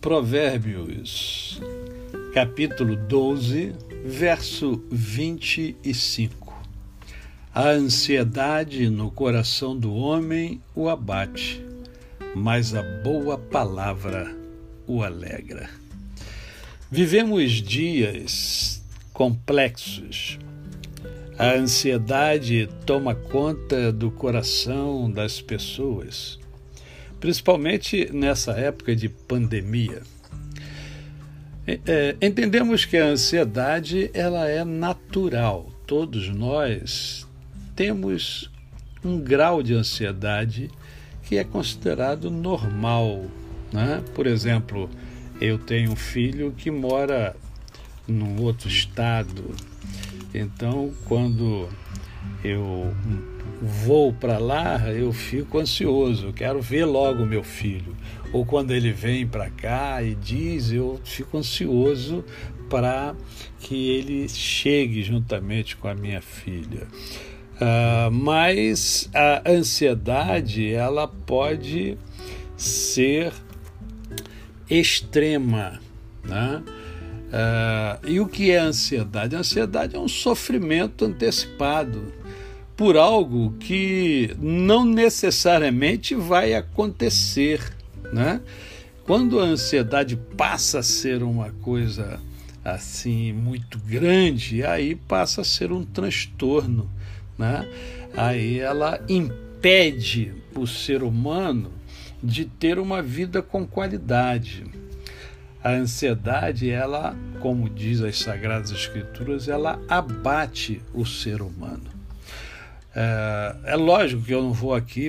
Provérbios, capítulo 12, verso 25. A ansiedade no coração do homem o abate, mas a boa palavra o alegra. Vivemos dias complexos. A ansiedade toma conta do coração das pessoas, principalmente nessa época de pandemia. Entendemos que a ansiedade ela é natural. Todos nós temos um grau de ansiedade que é considerado normal, né? Por exemplo, eu tenho um filho que mora num outro estado. Então, quando eu vou para lá, eu fico ansioso, eu quero ver logo meu filho. Ou quando ele vem para cá e diz, eu fico ansioso para que ele chegue juntamente com a minha filha. Mas a ansiedade, ela pode ser extrema, né? E o que é ansiedade? A ansiedade é um sofrimento antecipado por algo que não necessariamente vai acontecer, né? Quando a ansiedade passa a ser uma coisa assim muito grande, aí passa a ser um transtorno, né? Aí ela impede o ser humano de ter uma vida com qualidade. A ansiedade, ela, como diz as Sagradas Escrituras, ela abate o ser humano. É lógico que eu não vou aqui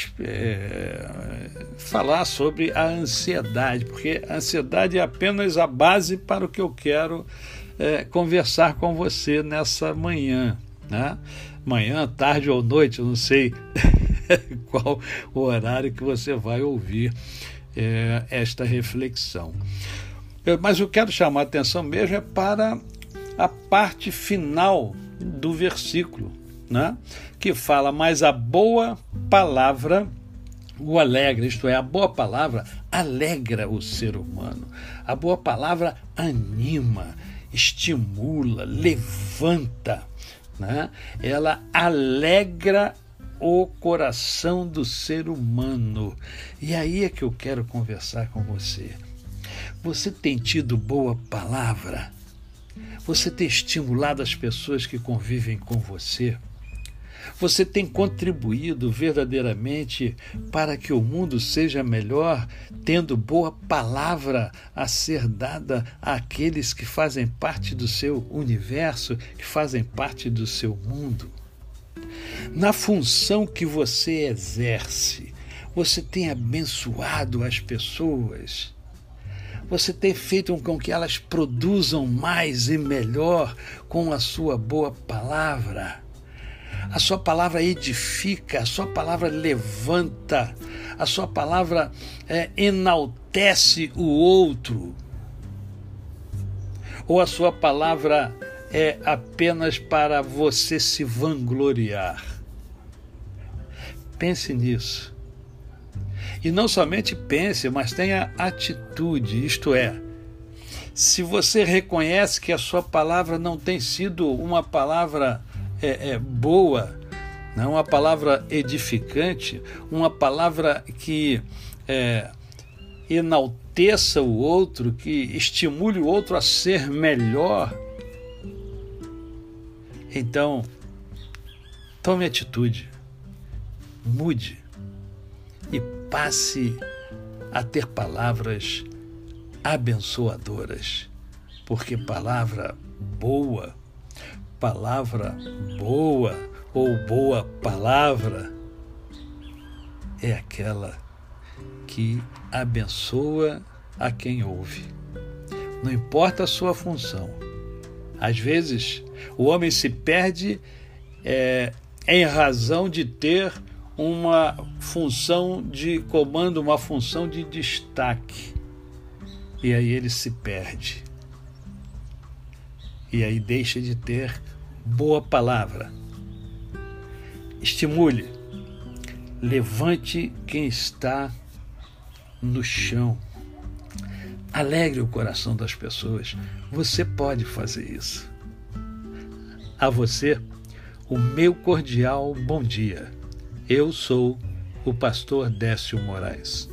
falar sobre a ansiedade, porque a ansiedade é apenas a base para o que eu quero conversar com você nessa manhã, né? Manhã, tarde ou noite, eu não sei qual o horário que você vai ouvir esta reflexão. Mas eu quero chamar a atenção mesmo para a parte final do versículo, né? Que fala, mas a boa palavra o alegra, isto é, a boa palavra alegra o ser humano. A boa palavra anima, estimula, levanta, né? Ela alegra o coração do ser humano. E aí é que eu quero conversar com você. Você tem tido boa palavra? Você tem estimulado as pessoas que convivem com você? Você tem contribuído verdadeiramente para que o mundo seja melhor, tendo boa palavra a ser dada àqueles que fazem parte do seu universo, que fazem parte do seu mundo? Na função que você exerce, você tem abençoado as pessoas? Você tem feito com que elas produzam mais e melhor com a sua boa palavra? A sua palavra edifica, a sua palavra levanta, a sua palavra enaltece o outro? Ou a sua palavra é apenas para você se vangloriar? Pense nisso. E não somente pense, mas tenha atitude, isto é, se você reconhece que a sua palavra não tem sido uma palavra boa, não, uma palavra edificante, uma palavra que enalteça o outro, que estimule o outro a ser melhor, então tome atitude, mude e passe a ter palavras abençoadoras, porque palavra boa ou boa palavra é aquela que abençoa a quem ouve. Não importa a sua função. Às vezes, o homem se perde em razão de ter uma função de comando, uma função de destaque. E aí ele se perde. E aí deixa de ter boa palavra. Estimule, levante quem está no chão, alegre o coração das pessoas. Você pode fazer isso. A você, o meu cordial bom dia. Eu sou o pastor Décio Moraes.